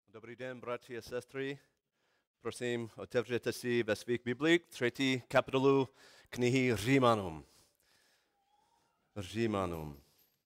Dobrý den, bratři a sestry. Prosím, otevřete si ve svých biblích 3. kapitolu knihy Římanům. Římanům.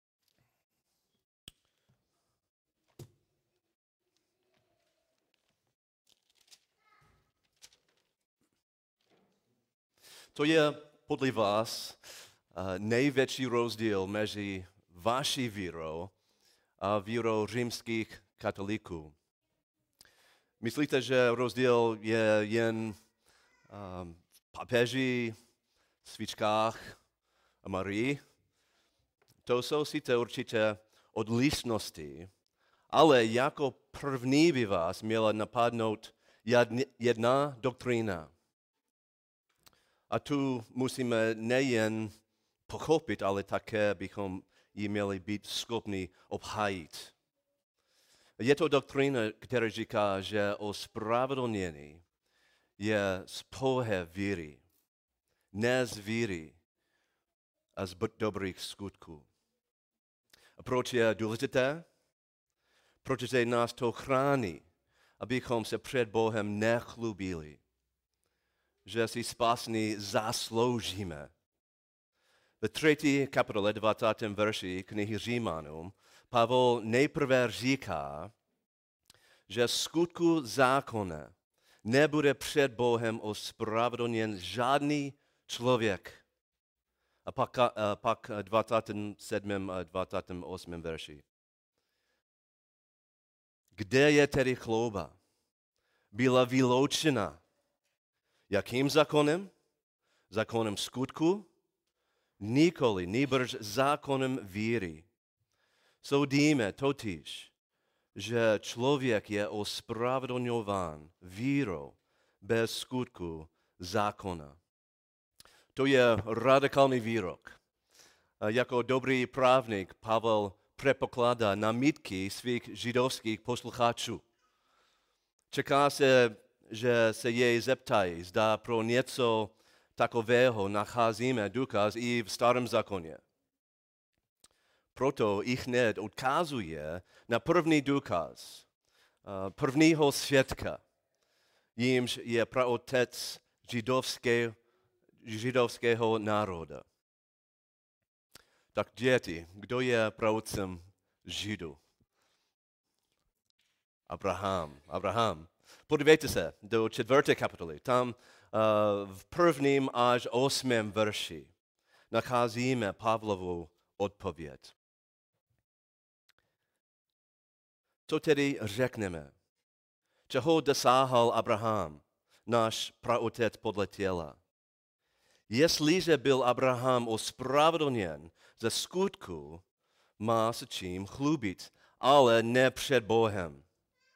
To je podle vás největší rozdíl mezi vaší vírou a vírou římských katolíků. Myslíte, že rozdíl je jen v papeži, svíčkách a Marii? To jsou sice určitě odlišnosti, ale jako první by vás měla napadnout jedna doktrína. A tu musíme nejen pochopit, ale také bychom ji měli být schopni obhájit. Je to doktrína, která říká, že ospravedlnění je z pouhé víry, ne z víry a z dobrých skutků. A proč je důležité? Protože nás to chrání, abychom se před Bohem nechlubili, že si spásný zasloužíme. Ve 3. kapitole 20. verši knihy Římanům Pavel nejprve říká, že skutku zákona nebude před Bohem ospravedlněn žádný člověk. A pak 27. a 28. verši. Kde je tedy chlouba? Byla vyloučena. Jakým zákonem? Zákonem skutku? Nikoli, nýbrž zákonem víry. Soudíme totiž, že člověk je ospravedlňován vírou bez skutku zákona. To je radikální výrok. Jako dobrý právník Pavel předpokládá námitky svých židovských posluchačů. Čeká se, že se jej zeptají, zda pro něco takového nacházíme důkaz i v Starém zákoně. Proto i hned odkazuje na první důkaz, prvního svědka, jímž je praotec židovského národa. Tak děti, kdo je praotcem Židů? Abraham. Podívejte se do 4. kapitoly. Tam v 1. až 8. verši nacházíme Pavlovu odpověď. Co tedy řekneme? Čeho dosáhl Abraham, náš praotec podle těla? Jestliže byl Abraham ospravedlněn ze skutku, má se čím chlubit, ale ne před Bohem.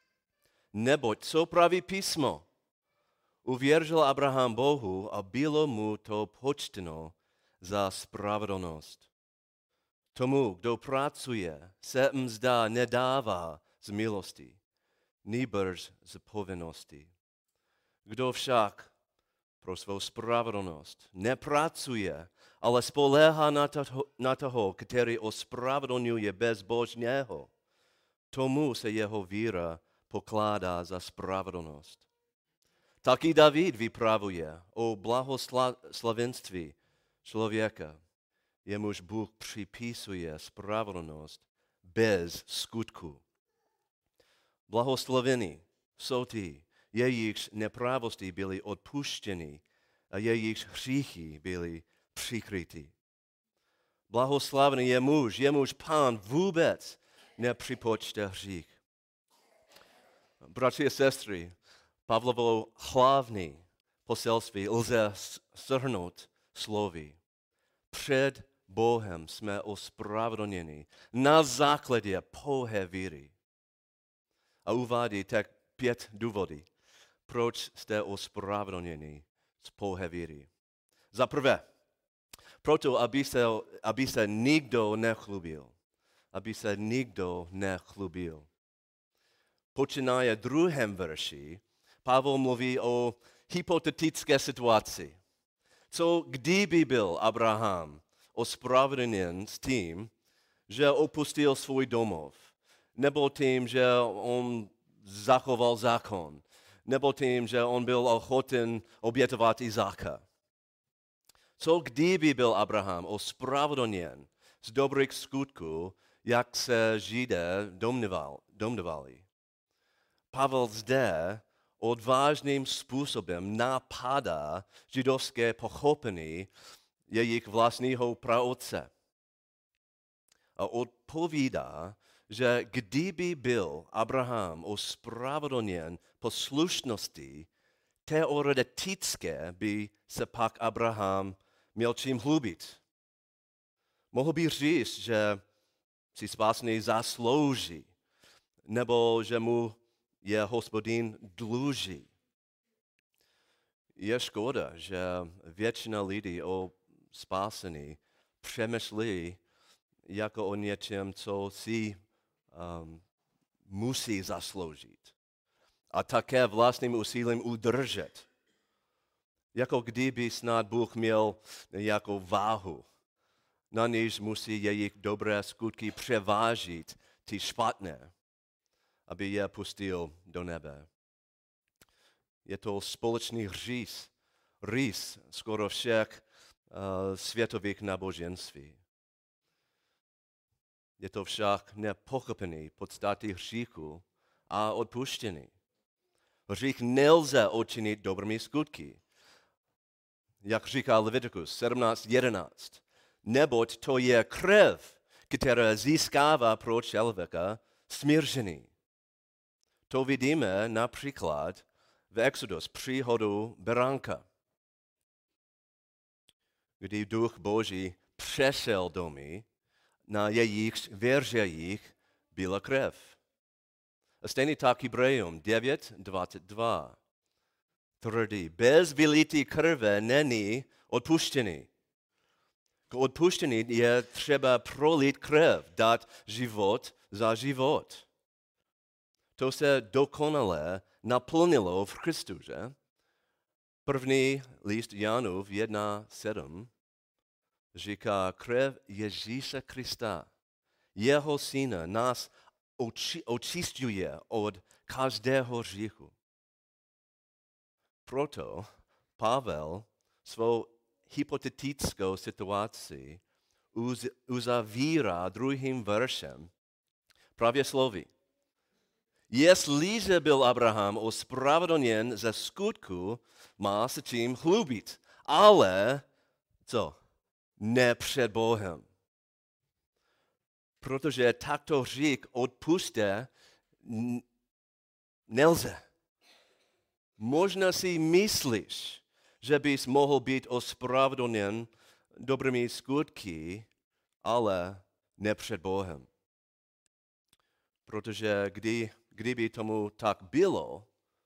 Neboť co praví písmo? Uvěřil Abraham Bohu a bylo mu to počteno za spravedlnost. Tomu, kdo pracuje, se mzda nedává z milosti, nýbrž z povinnosti. Kdo však pro svou spravedlnost nepracuje, ale spoléhá na toho, který ospravedlňuje bezbožného, tomu se jeho víra pokládá za spravedlnost. Taky David vypravuje o blahoslavenství člověka, jemuž Bůh připisuje spravedlnost bez skutku. Blahoslavení jsou ty, jejichž nepravosti byly odpuštěny a jejichž hříchy byly přikryty. Blahoslavený je muž, jemuž Pán vůbec nepřipočte hřích. Bratři a sestry, Pavlovo hlavní poselství lze shrnout slovy. Před Bohem jsme ospravedlněni na základě pouhé víry. A uvádí tak 5 důvodů, proč jste ospravedlněni z pouhé víry. Za prvé, proto, aby se nikdo nechlubil. Aby se nikdo nechlubil. Počínaje 2. verši, Pavel mluví o hypotetické situaci. Co kdyby byl Abraham ospravedlněn s tím, že opustil svůj domov, nebo tím, že on zachoval zákon, nebo tím, že on byl ochoten obětovat Izáka. Co kdyby byl Abraham ospravedlněn z dobrých skutků, jak se Židé domnívali? Pavel zde odvážným způsobem napadá židovské pochopení jejich vlastního praotce. A odpovídá, že kdyby byl Abraham ospravedlněn poslušnosti, teoretické by se pak Abraham měl čím chlubit. Mohl by říct, že si spásný zaslouží, nebo že mu je Hospodin dluží. Je škoda, že většina lidí o spásení přemýšlí jako o něčem, co si musí zasloužit. A také vlastním úsilím udržet. Jako kdyby snad Bůh měl nějakou váhu, na níž musí jejich dobré skutky převážit ty špatné, aby je pustil do nebe. Je to společný rys skoro všech světových náboženství. Je to však nepochopení podstaty hříchu a odpuštění. Hřích nelze odčinit dobrými skutky. Jak říká Leviticus 17:11. Neboť to je krev, která získává pro člověka smíření. To vidíme například v Exodus příhodu beránka, kdy Duch Boží přešel domy, na jejich věržích byla krev. A stejně tak Hebrejům 9:22 tvrdí, bez vylití krve není odpuštění. K odpuštění je třeba prolít krev, dát život za život. To se dokonale naplnilo v Kristu, že? První list Janův 1:7 říká, krev Ježíše Krista, jeho syna, nás očisťuje od každého hříchu. Proto Pavel svou hypotetickou situaci uzavírá druhým veršem právě slovy. Jestliže byl Abraham ospravedlněn ze skutku, má se čím chlubit, ale co? Ne před Bohem. Protože takto hřích odpustit nelze. Možná si myslíš, že bys mohl být ospravedlněn dobrými skutky, ale ne před Bohem. Protože kdyby tomu tak bylo,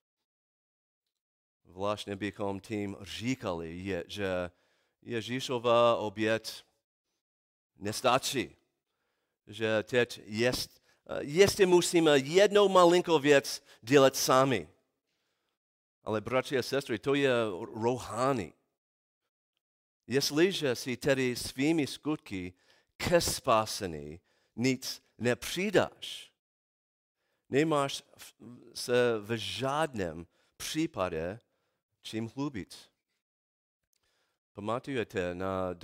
vlastně bychom tím říkali, že Ježíšova oběť nestačí. Že teď ještě musíme jednou malinkou věc dělat sami. Ale bratři a sestry, to je rohání. Jestliže si tedy svými skutky ke spásení nic nepřidáš, nemáš se v žádném případě čím chlubit. Pamatujete na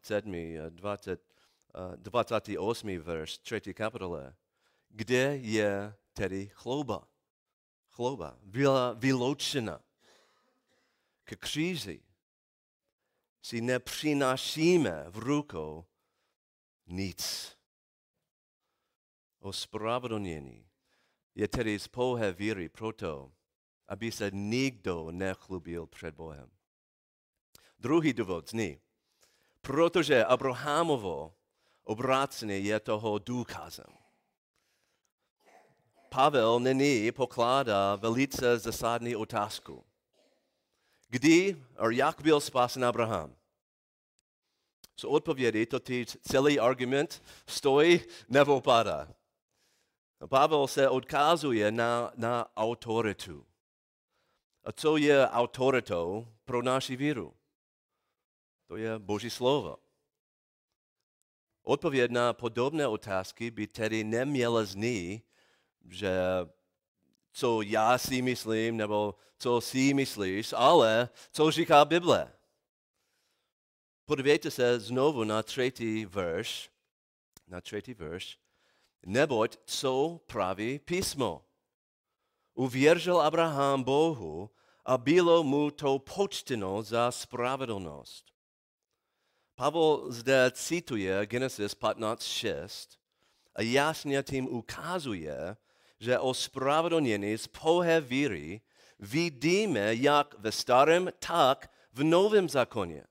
28. verš 3. kapitole, kde je tedy chlouba? Chlouba byla vyloučena. K kříži si nepřinášíme v rukou nic. Ospravedlnění je tedy z pouhé víry proto, aby se nikdo nechlubil před Bohem. Druhý důvod zní, protože Abrahamovo obrácení je toho důkazem. Pavel nyní pokládá velice zásadní otázku. Kdy a jak byl spasen Abraham? Z odpovědi totiž celý argument stojí nebo padá. Pavel se odkazuje na autoritu. A co je autoritou pro naši víru? To je Boží slovo. Odpověď na podobné otázky by tedy neměla znít, že co já si myslím, nebo co si myslíš, ale co říká Bible. Podívejte se znovu na třetí verš. Neboť co praví písmo? Uvěřil Abraham Bohu a bylo mu to počteno za spravedlnost. Pavel zde cituje Genesis 15:6 a jasně tím ukazuje, že o spravedlnění z pouhé víry vidíme jak ve starém, tak v novém zákoně.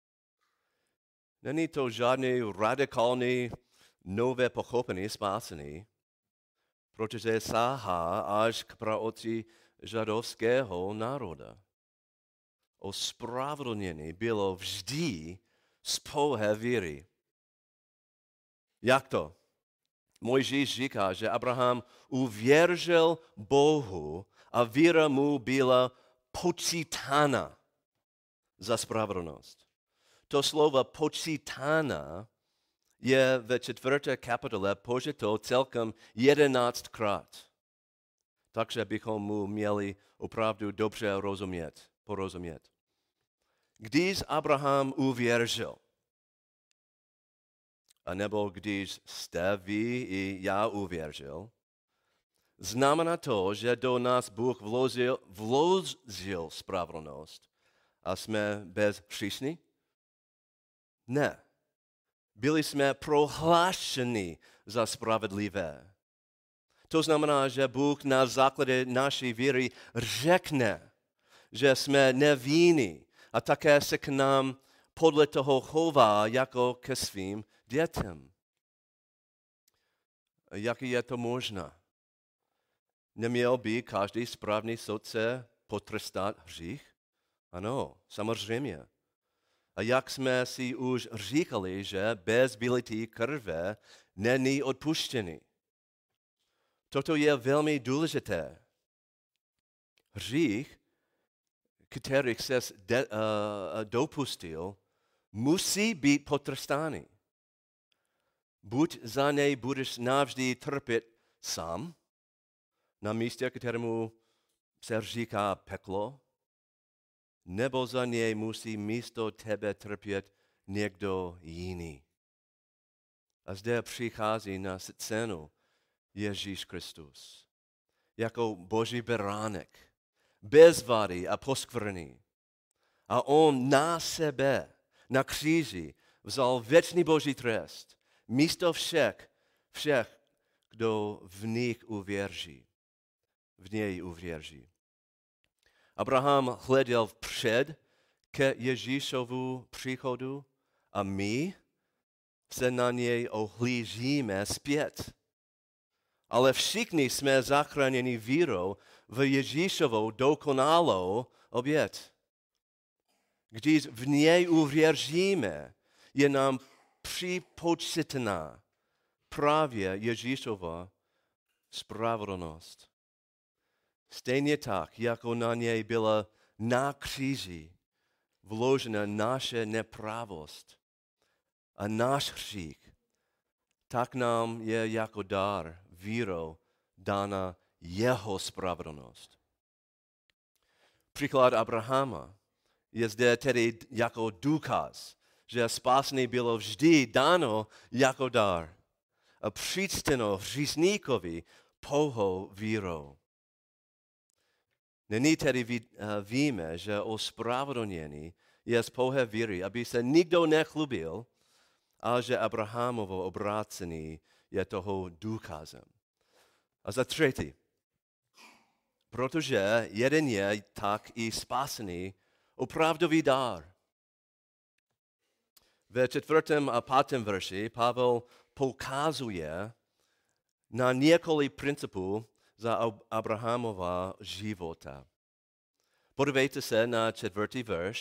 Není to žádný radikální nové pochopení spásení, protože sahá až k praotci židovského národa. O spravedlnění bylo vždy z pouhé víry. Jak to? Mojžíš říká, že Abraham uvěřil Bohu a víra mu byla počítána za spravedlnost. To slovo počítána je ve 4. kapitole použito celkem 11krát. Takže bychom mu měli opravdu dobře porozumět. Když Abraham uvěřil, anebo když jste vy i já uvěřil, znamená to, že do nás Bůh vložil spravedlnost a jsme bezhříšní? Ne. Byli jsme prohlášeni za spravedlivé. To znamená, že Bůh na základě naší víry řekne, že jsme nevinní a také se k nám podle toho chová jako ke svým dětem. Jak je to možné? Neměl by každý správný soudce potrestat hřích? Ano, samozřejmě. A jak jsme si už říkali, že bez vylití krve není odpuštění. Toto je velmi důležité. Hřích, kterých se dopustil, musí být potrestány. Buď za něj budeš navždy trpět sám, na místě, kterému se říká peklo, nebo za něj musí místo tebe trpět někdo jiný. A zde přichází na scénu Ježíš Kristus. Jako boží beránek, bez vady a poskvrny. A on na sebe, na kříži, vzal věčný boží trest. Místo všech, kdo v něj uvěří. Abraham hleděl vpřed ke Ježíšovu příchodu a my se na něj ohlížíme zpět. Ale všichni jsme zachráněni vírou v Ježíšovou dokonalou oběť. Když v něj uvěříme, je nám připočtená právě Ježíšova spravedlnost. Stejně tak, jako na něj byla na kříži vložena naše nepravost a náš hřích, tak nám je jako dar vírou dána jeho spravedlnost. Příklad Abrahama je zde tedy jako důkaz, že spásení bylo vždy dáno jako dar a přičteno hříšníkovi pouhou vírou. Nyní tedy víme, že ospravedlnění je z pouhé víry, aby se nikdo nechlubil, ale že Abrahamovo obrácení je toho důkazem. A za třetí, protože jeden je, tak i spásený opravdový dar. Ve 4. a 5. verši Pavel poukazuje na několik principů za Abrahamova života. Podívejte se na 4.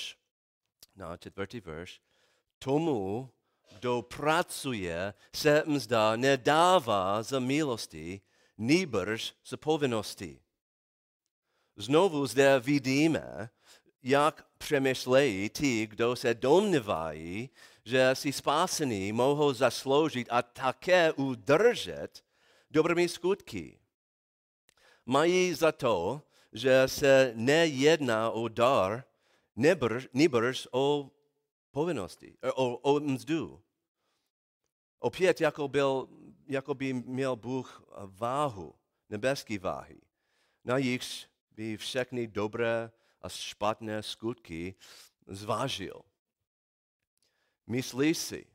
verš. Tomu, kdo pracuje, se mzda nedává za milosti, nýbrž za povinnosti. Znovu zde vidíme, jak přemýšlejí ti, kdo se domnívají, že si spásení mohou zasloužit a také udržet dobrými skutky. mají za to, že se nejedná o dar, nýbrž o povinnosti, o mzdu. Opět, jako by měl Bůh váhu, nebeský váhy, na jichž by všechny dobré a špatné skutky zvážil. Myslí si,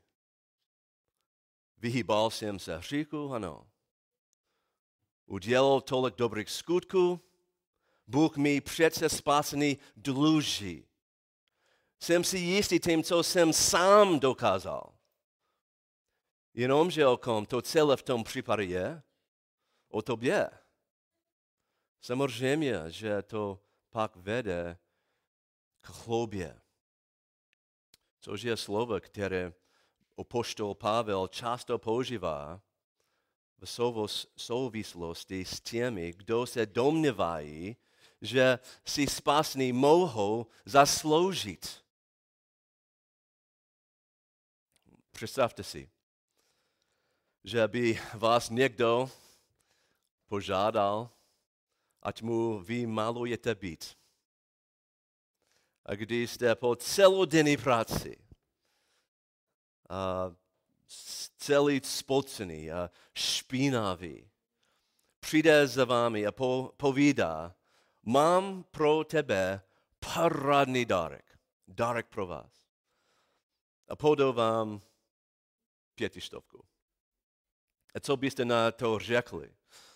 vyhýbal jsem se hříchu, ano. Udělal tolik dobrých skutků, Bůh mi přece spásení dluží. Jsem si jistý tím, co jsem sám dokázal. Jenomže o kom to celé v tom případě je? O tobě. Samozřejmě, že to pak vede k chlubě. Což je slovo, které apoštol Pavel často používá v souvislosti s těmi, kdo se domnívají, že si spásní mohou zasloužit. Představte si, že by vás někdo požádal, ať mu vymalujete byt. A když jste po celodenní práci, a celý spocený a špinavý, přijde za vámi a povídá, mám pro tebe parádní dárek pro vás. A podal vám 500. A co byste na to řekli?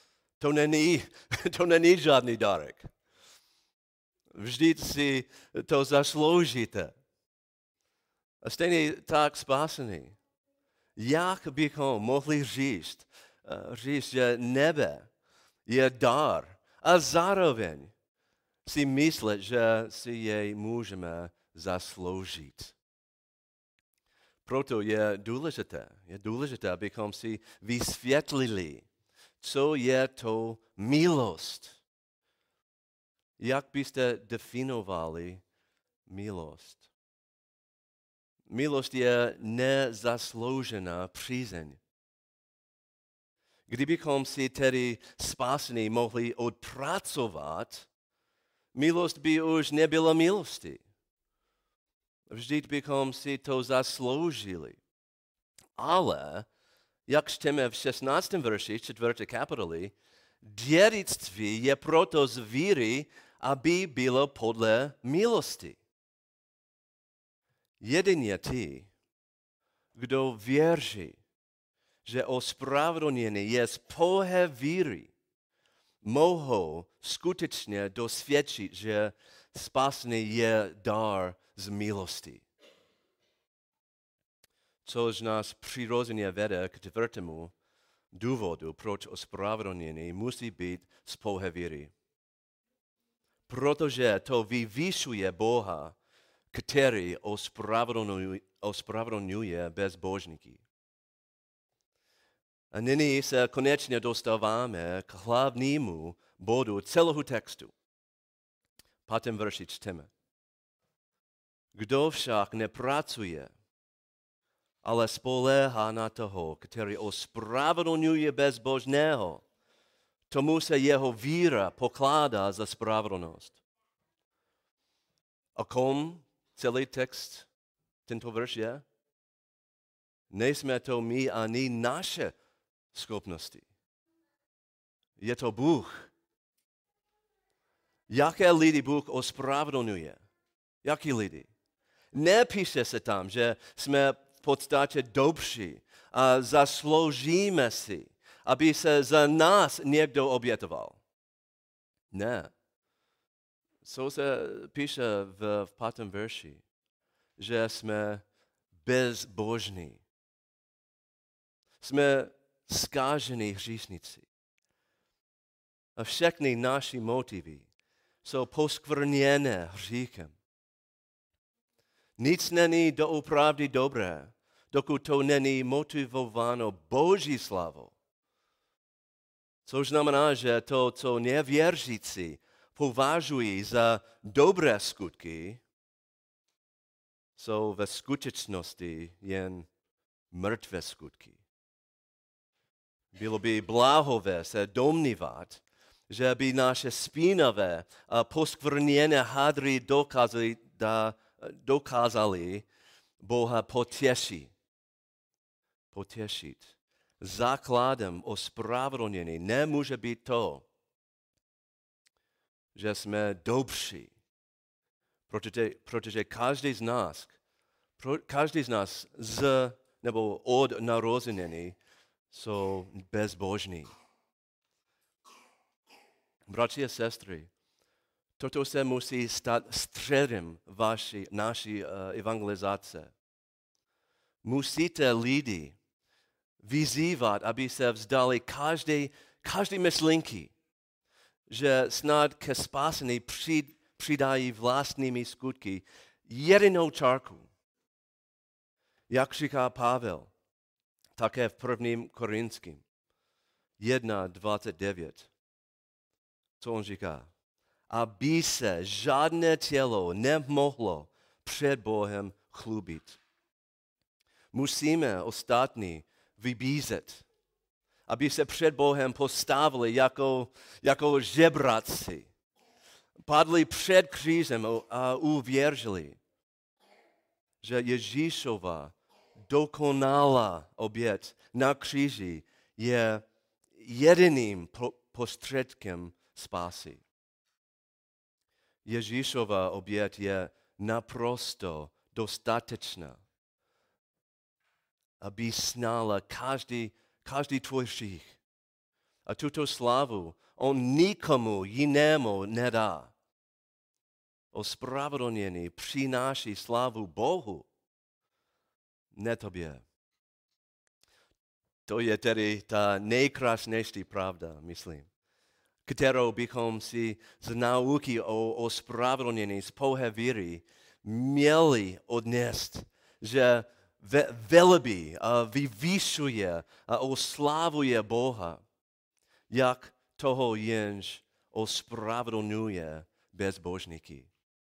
To není žádný dárek. Vždyť si to zasloužíte. A stejně tak spásení. Jak bychom mohli říct, že nebe je dar a zároveň si myslet, že si jej můžeme zasloužit. Proto je důležité, abychom si vysvětlili, co je to milost. Jak byste definovali milost? Milost je nezasloužená přízeň. Kdybychom si tedy spásení mohli odpracovat, milost by už nebyla milostí. Vždyť bychom si to zasloužili. Ale, jak čteme v 16. verši 4. kapitoly, dědictví je proto z víry, aby bylo podle milosti. Jedině ti, kdo věří, že ospravedlnění je z pouhé víry, mohou skutečně dosvědčit, že spásení je dar z milosti. Což nás přirozeně vede k čtvrtému důvodu, proč ospravedlnění musí být z pouhé víry. Protože to vyvyšuje Boha, který ospravedlňuje bezbožníky. A nyní se konečně dostáváme k hlavnímu bodu celého textu. 5. verši čteme. Kdo však nepracuje, ale spoléhá na toho, který ospravedlňuje bezbožného, tomu se jeho víra pokládá za spravedlnost. A kom celý text, tento verš je? Nejsme to my ani naše schopnosti. Je to Bůh. Jaké lidi Bůh ospravedlňuje? Jaký lidi? Nepíše se tam, že jsme v podstatě dobří a zasloužíme si, aby se za nás někdo obětoval. Ne. Co se píše v 5. verši? Že jsme bezbožní. Jsme zkážení hříšníci. A všechny naše motivy jsou poskvrněné hříchem. Nic není doopravdy dobré, dokud to není motivováno Boží slavou. Což znamená, že to, co nevěřící považují za dobré skutky, jsou ve skutečnosti jen mrtvé skutky. Bylo by bláhové se domnívat, že by naše spínavé a poskvrněné hadry dokázali Boha potěšit. Základem ospravedlnění nemůže být to, že jsme dobří, protože každý z nás nebo od narození jsou bezbožní. Bratři a sestry, toto se musí stát středem naší evangelizace. Musíte lidi vyzývat, aby se vzdali každé myšlenky, že snad ke spásení přidají vlastními skutky jedinou čárku. Jak říká Pavel, také v 1. Korinským 1:29. Co on říká? Aby se žádné tělo nemohlo před Bohem chlubit. Musíme ostatní vybízet, aby se před Bohem postavili jako žebráci. Padli před křížem a uvěřili, že Ježíšova dokonalá oběť na kříži je jediným prostředkem spásy. Ježíšova oběť je naprosto dostatečná, aby snala každý tvůj hřích. A tuto slavu on nikomu jinému nedá. Ospravedlnění přináší slavu Bohu, ne tobě. To je tedy ta nejkrásnější pravda, myslím, kterou bychom si z nauky o ospravedlnění z pouhé víry měli odnést, že velebí a vyvyšuje a oslavuje Boha, jak toho jenž ospravedlňuje bezbožníky.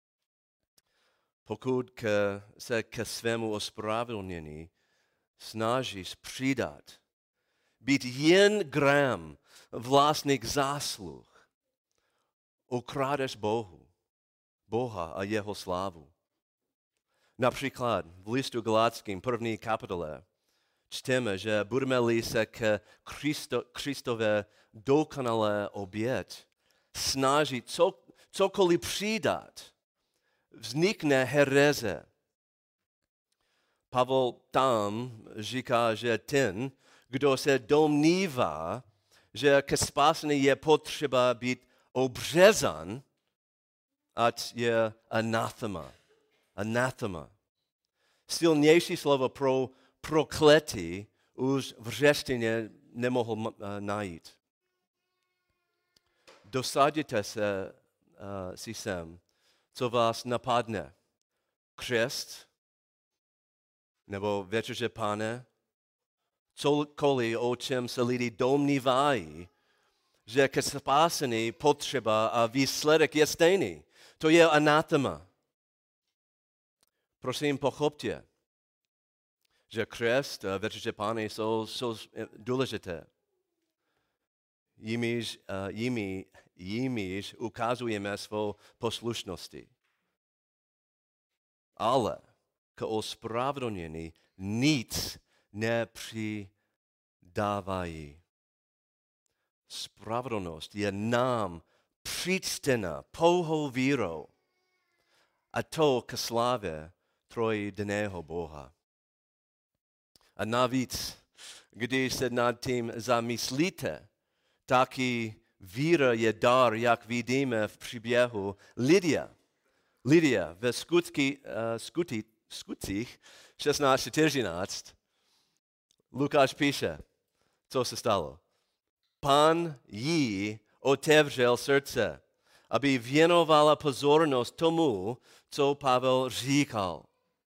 Pokud se ke svému ospravedlnění snažíš přidat, být jen gram vlastních zásluh, ukradeš Boha a jeho slávu. Například v listu Galackým 1. kapitole čteme, že budeme-li se k Kristové dokonalé oběť snažit cokoliv přidat, vznikne hereze. Pavel tam říká, že ten, kdo se domnívá, že ke spásení je potřeba být obřezán, ať je anathema. Silnější slovo pro prokletí už v řečtině nemohl najít. Dosadíte se si sem, co vás napadne. Křest nebo večeře Pane, cokoliv, o čem se lidi domnívají, že ke spásení potřeba a výsledek je stejný. To je anathema. Prosím, pochopte, že křest a večeře Pane jsou důležité. Jimiž ukazujeme svou poslušnosti. Ale k ospravedlnění nic nepřidávají. Spravedlnost je nám přičtena pouhou vírou, a to ke slávě trojjediného Boha. A navíc, když se nad tím zamyslíte, taky víra je dar, jak vidíme v příběhu Lidia ve skutcích 16:14 Lukáš píše, co se stalo. Pán jí otevřel srdce, aby věnovala pozornost tomu, co Pavel říkal.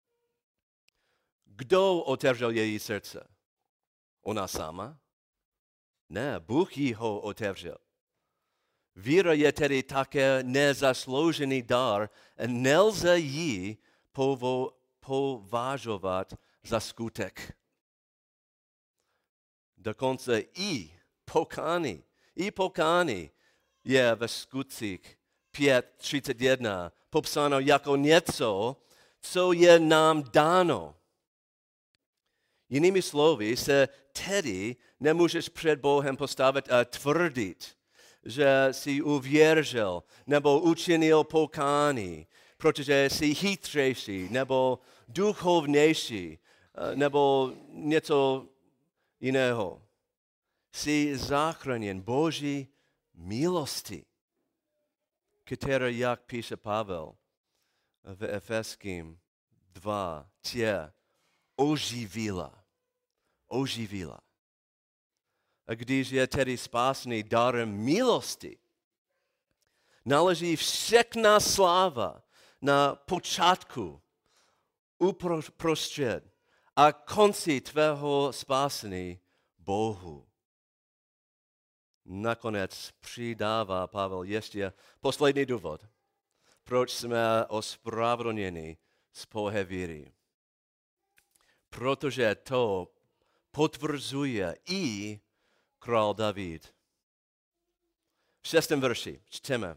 Kdo otevřel její srdce? Ona sama? Ne, Bůh jí ho otevřel. Víra je tedy také nezasloužený dar a nelze ji považovat za skutek. Dokonce i pokáni je ve Skutcích 5:31 popsáno jako něco, co je nám dáno. Jinými slovy se tedy nemůžeš před Bohem postavit a tvrdit, že jsi uvěřil nebo učinil pokání, protože jsi chytřejší nebo duchovnější nebo něco jiného. Jsi zachráněn Boží milosti, která, jak píše Pavel v Efeským 2, tě oživila. A když je tedy spásný darem milosti, náleží všechna sláva na počátku, uprostřed a konci tvého spásení Bohu. Nakonec přidává Pavel ještě poslední důvod, proč jsme ospravedlněni z pohé víry. Protože to potvrzuje i král David. V 6. verši čteme.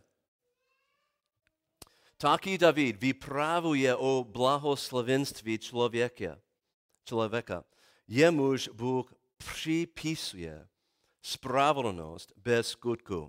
Taky David vyprávuje o blahoslavenství člověka. Jemuž Bůh připisuje spravedlnost bez skutku.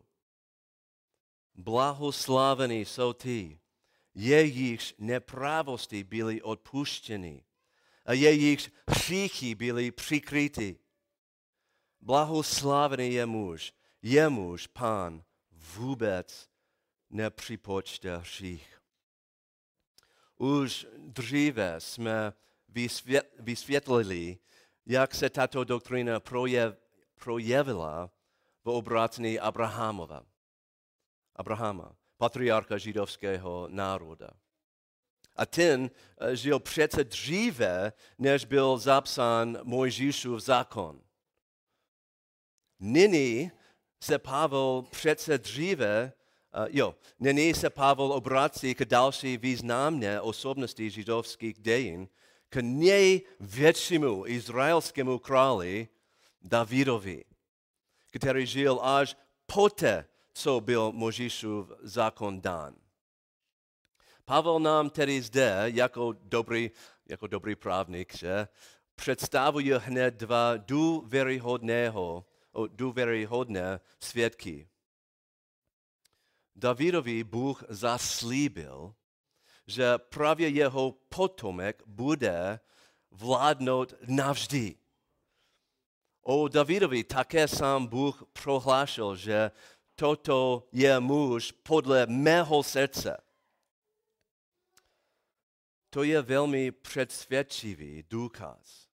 Blahoslavený jsou ty, jejichž nepravosti byly odpuštěny a jejichž hříchy byly přikryty. Blahoslavený je muž, jemuž Pán vůbec nepřipočte hřích. Už dříve jsme vysvětlili, jak se tato doktrína projevila v obrácení Abrahama, patriarcha židovského národa. A ten žil přece dříve, než byl zapsán Mojžíšův zákon. Nyní se Pavel obrací k další významné osobnosti židovských dějin, k největšímu izraelskému králi Davidovi, který žil až poté, co byl Mojžíšův zákon dán. Pavel nám tedy zde, jako dobrý právník, že představuje hned dva důvěryhodné svědky. Davidovi Bůh zaslíbil, že právě jeho potomek bude vládnout navždy. O Davidovi také sám Bůh prohlásil, že toto je muž podle mého srdce. To je velmi přesvědčivý důkaz.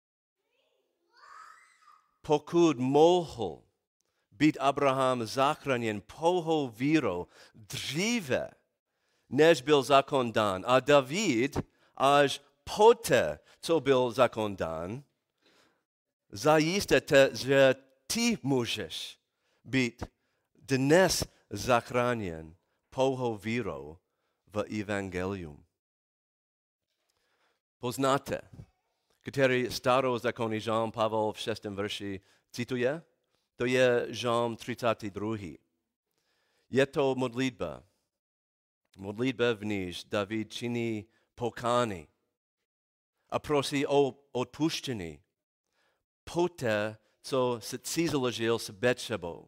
Pokud mohl být Abraham zachráněn pouhou vírou dříve, než byl zákon dán, a David až poté, co byl zákon dán, zajisté, že ty můžeš být dnes zachráněn pouhou vírou v evangelium. Poznáte, který starozákonní Žalm Pavel v 6. verši cituje? To je Žalm 32. Je to modlitba. Modlitba, v níž David činí pokání a prosí o odpuštění poté, co se cizoložil s Betšebou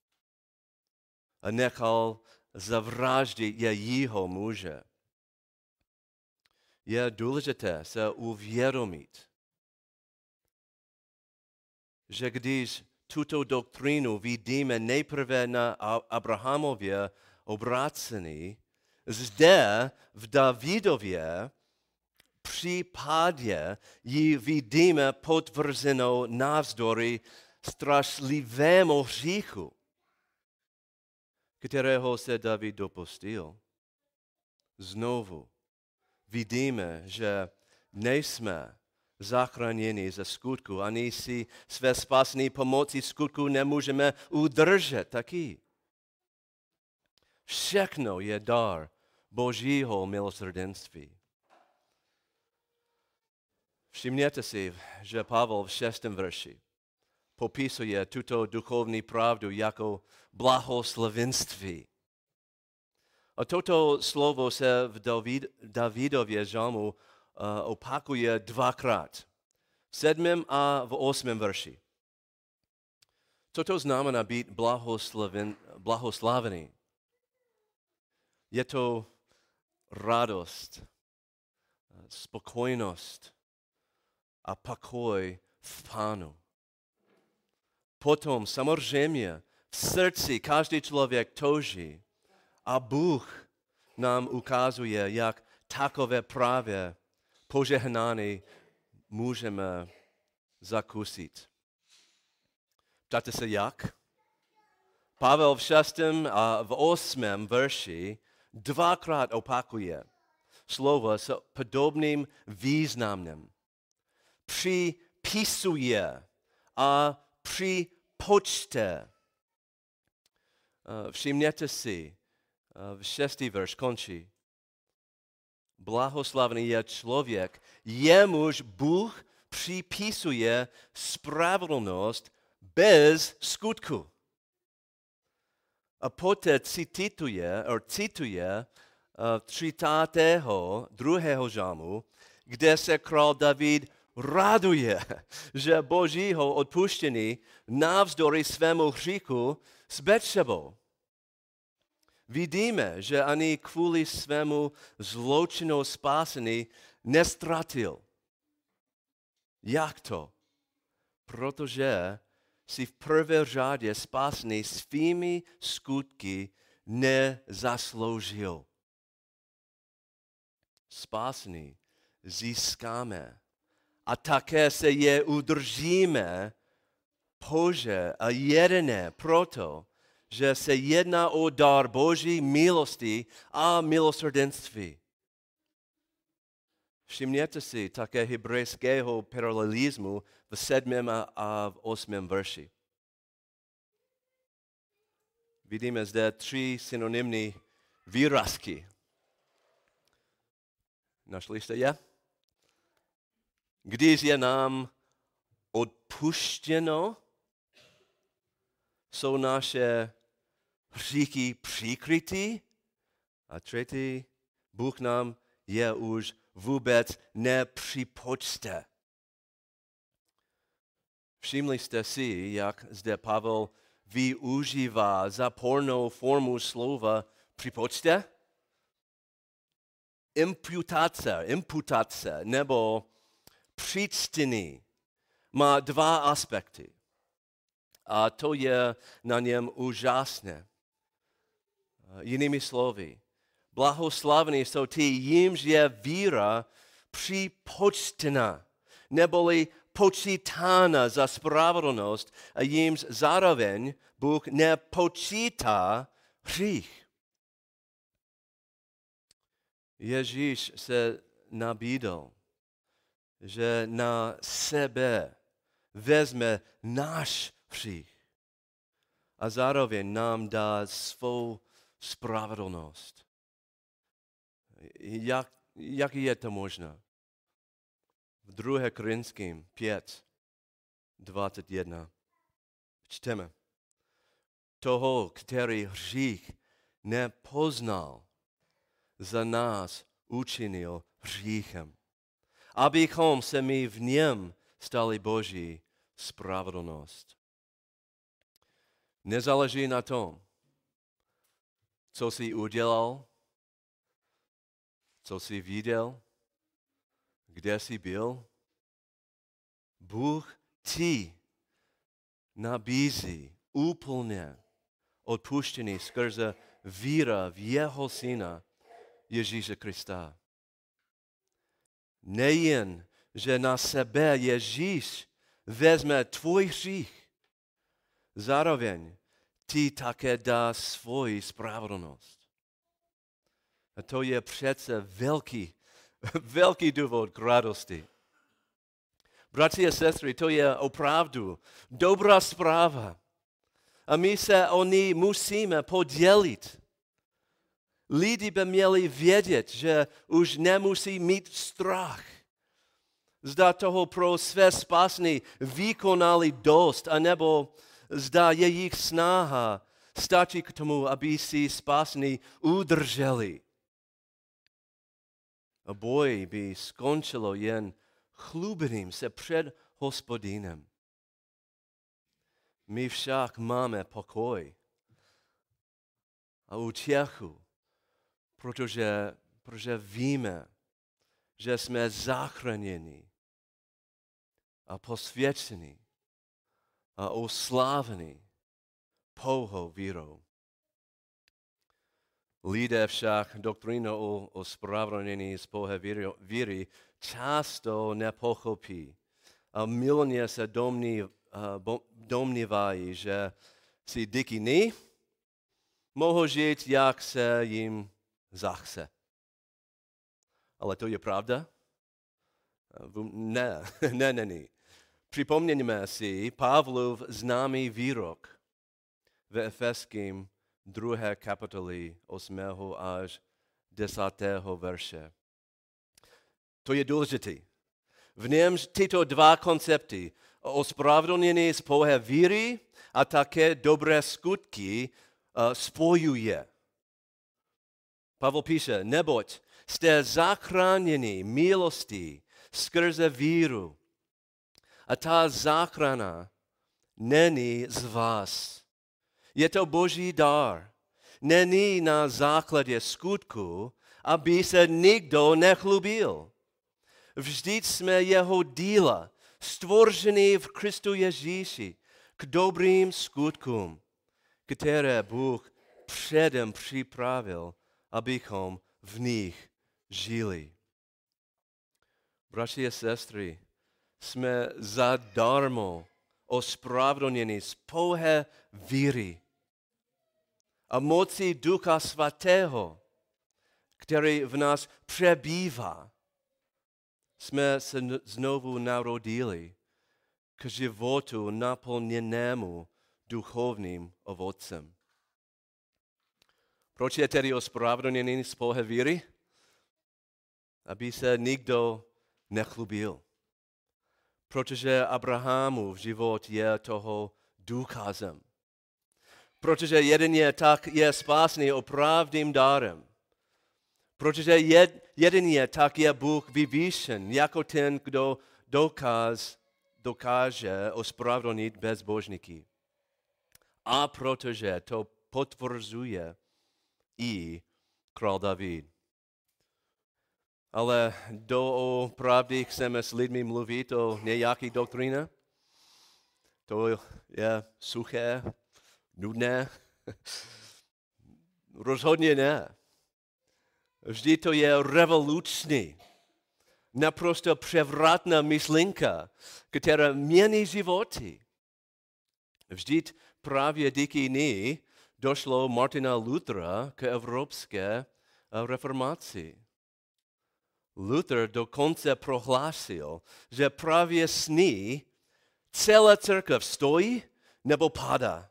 a nechal zavraždit jejího muže. Je důležité se uvědomit, že když tuto doktrínu vidíme nejprve na Abrahamově obrácení, zde v Davidově případě ji vidíme potvrzenou navzdory strašlivému hříchu, kterého se David dopustil. Znovu vidíme, že nejsme zachráněni ze skutku, ani si své spasení pomocí skutku nemůžeme udržet taky. Všechno je dar Božího milosrdenství. Všimněte si, že Pavel v 6. verši popisuje tuto duchovní pravdu jako blahoslavenství. A toto slovo se v Davidově žalmu opakuje dvakrát. V 7. a v 8. verši. Co to znamená být blahoslavený? Je to radost, spokojnost a pokoj v Pánu. Potom samozřejmě v srdci každý člověk touží a Bůh nám ukazuje, jak takové právě požehnání můžeme zakusit. Ptáte se jak? Pavel v 6. a v 8. verši dvakrát opakuje slovo s podobným významem. Připisuje a připočte. Všimněte si, v 6. verš končí. Blahoslavený je člověk, jemuž Bůh připisuje spravedlnost bez skutku. A poté cituje 32. žalmu, kde se král David raduje, že Božího odpuštění navzdory svému hříchu s Betšebou. Vidíme, že ani kvůli svému zločinu spásení nestratil. Jak to? Protože si v prvé řadě spásný svými skutky nezasloužil. Spásný získáme a také se je udržíme pouze a jediné proto, že se jedná o dar Boží milosti a milosrdenství. Všimněte si také hebrejského paralelismu v 7. a v 8. verši. Vidíme zde 3 synonymní výrazky. Našli jste je? Když je nám odpuštěno, jsou naše hříchy přikrytí. A třetí, Bůh nám je už vůbec nepřipočte. Všimli jste si, jak zde Pavel využívá zápornou formu slova připočte? Imputace nebo přičtení má 2 aspekty. A to je na něm úžasné. Jinými slovy, blahoslavní jsou ti, jimž je víra připočtena, neboli počítána za spravedlnost a jimž zároveň Bůh nepočítá hřích. Ježíš se nabídl, že na sebe vezme náš hřích a zároveň nám dá svou spravedlnost. Jak je to možné? V 2. Korinským 5:21 čteme. Toho, který hřích nepoznal, za nás učinil hříchem, abychom se my v něm stali Boží spravedlnost. Nezáleží na tom, co jsi udělal, co jsi viděl, kde jsi byl. Bůh ti nabízí úplně odpuštění skrze víra v jeho syna Ježíše Krista. Nejen, že na sebe Ježíš vezme tvůj hřích, zároveň ti také dá svoji spravedlnost. A to je přece velký důvod k radosti. Bratři a sestry, to je opravdu dobrá zpráva. A my se o ní musíme podělit. Lidi by měli vědět, že už nemusí mít strach Zda toho pro své spásení vykonali dost, anebo zda jejich snaha stačí k tomu, aby si spásení udrželi. Obojí by skončilo jen chlubením se před Hospodinem. My však máme pokoj a útěchu, protože víme, že jsme zachráněni a posvěceni a osláveni pouhou vírou. Lidé však doktrínu o spravedlnění z pouhé víry často nepochopí a mylně se domnívají, že si díky mohou žít, jak se jim zachce. Ale to je pravda? Ne. Připomněme si Pavlův známý výrok ve Efeským 2. kapitoly 8. až 10. verše. To je důležité. V něm tyto dva koncepty, ospravedlnění z pouhé víry a také dobré skutky, spojuje. Pavel píše, neboť jste zachráněni milostí skrze víru. A ta záchrana není z vás. Je to Boží dar. Není na základě skutku, aby se nikdo nechlubil. Vždyť jsme jeho díla, stvoření v Kristu Ježíši, k dobrým skutkům, které Bůh předem připravil, abychom v nich žili. Bratři a sestry, jsme zadarmo ospravedlněni z pouhé víry a moci Ducha Svatého, který v nás přebývá, jsme se znovu narodili k životu naplněnému duchovním ovocem. Proč je tedy ospravedlněný z pouhé víry? Aby se nikdo nechlubil. Protože Abrahamův život je toho důkazem. Protože jedině tak je spásný opravdým dárem. Protože jedině tak je Bůh vyvýšen jako ten, kdo dokáže ospravedlnit bezbožníky. A protože to potvrzuje i král David. Ale doopravdy chceme s lidmi mluvit o nějaké doktríně? To je suché, nudné? Rozhodně ne. Vždy to je revoluční, naprosto převratná myšlenka, která mění životy. Vždyť právě díky ní došlo Martina Luthera k evropské reformaci. Luther dokonce prohlásil, že právě s ní celá církev stojí nebo padá.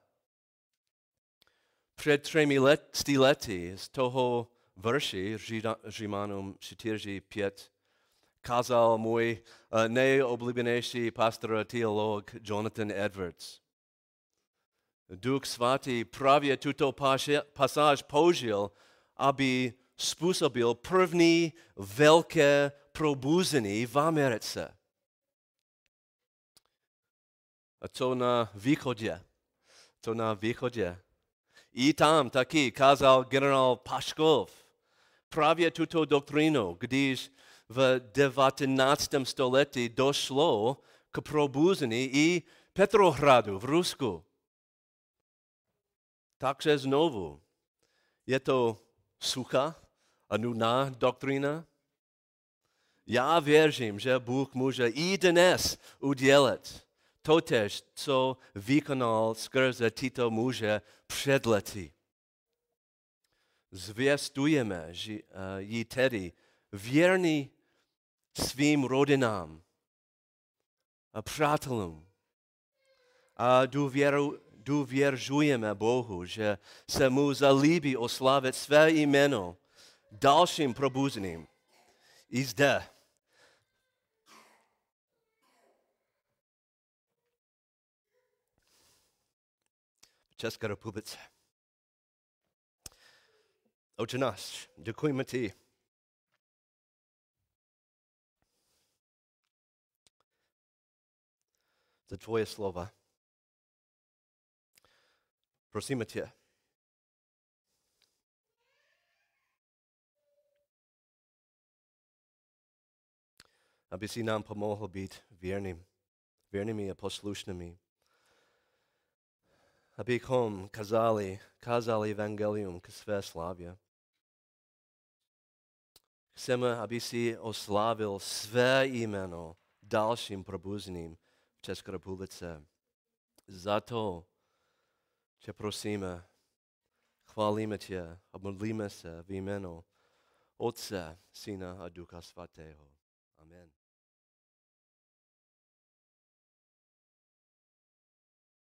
Před 3 lety z toho verši Římanům 4:5 kázal můj nejoblíbenější pastor a teolog Jonathan Edwards. Duch Svatý právě tuto pasáž použil, aby způsobil první velké probuzení v Americe. A co na východě? I tam taky kázal generál Paškov právě tuto doktrínu, když v 19. století došlo k probuzení i Petrohradu v Rusku. Takže znovu, je to suchá a nudná doktrína? Já věřím, že Bůh může i dnes udělat totéž, co vykonal skrze tyto muže před lety. Zvěstujeme ji tedy věrný svým rodinám a přátelům a důvěřujeme Bohu, že se mu zalíbí oslavit své jméno dalším probuzením i zde České republice. Otče náš, děkujeme ti za tvoje slova. Prosíme tě, aby si nám pomohl být věrnými a poslušnými. Abychom kázali evangelium k své slávě. Chceme, aby si oslávil své jméno dalším probuzeným v České republice. Za to tě prosíme, chválíme tě a modlíme se v jméno Otce, Syna a Ducha Svatého.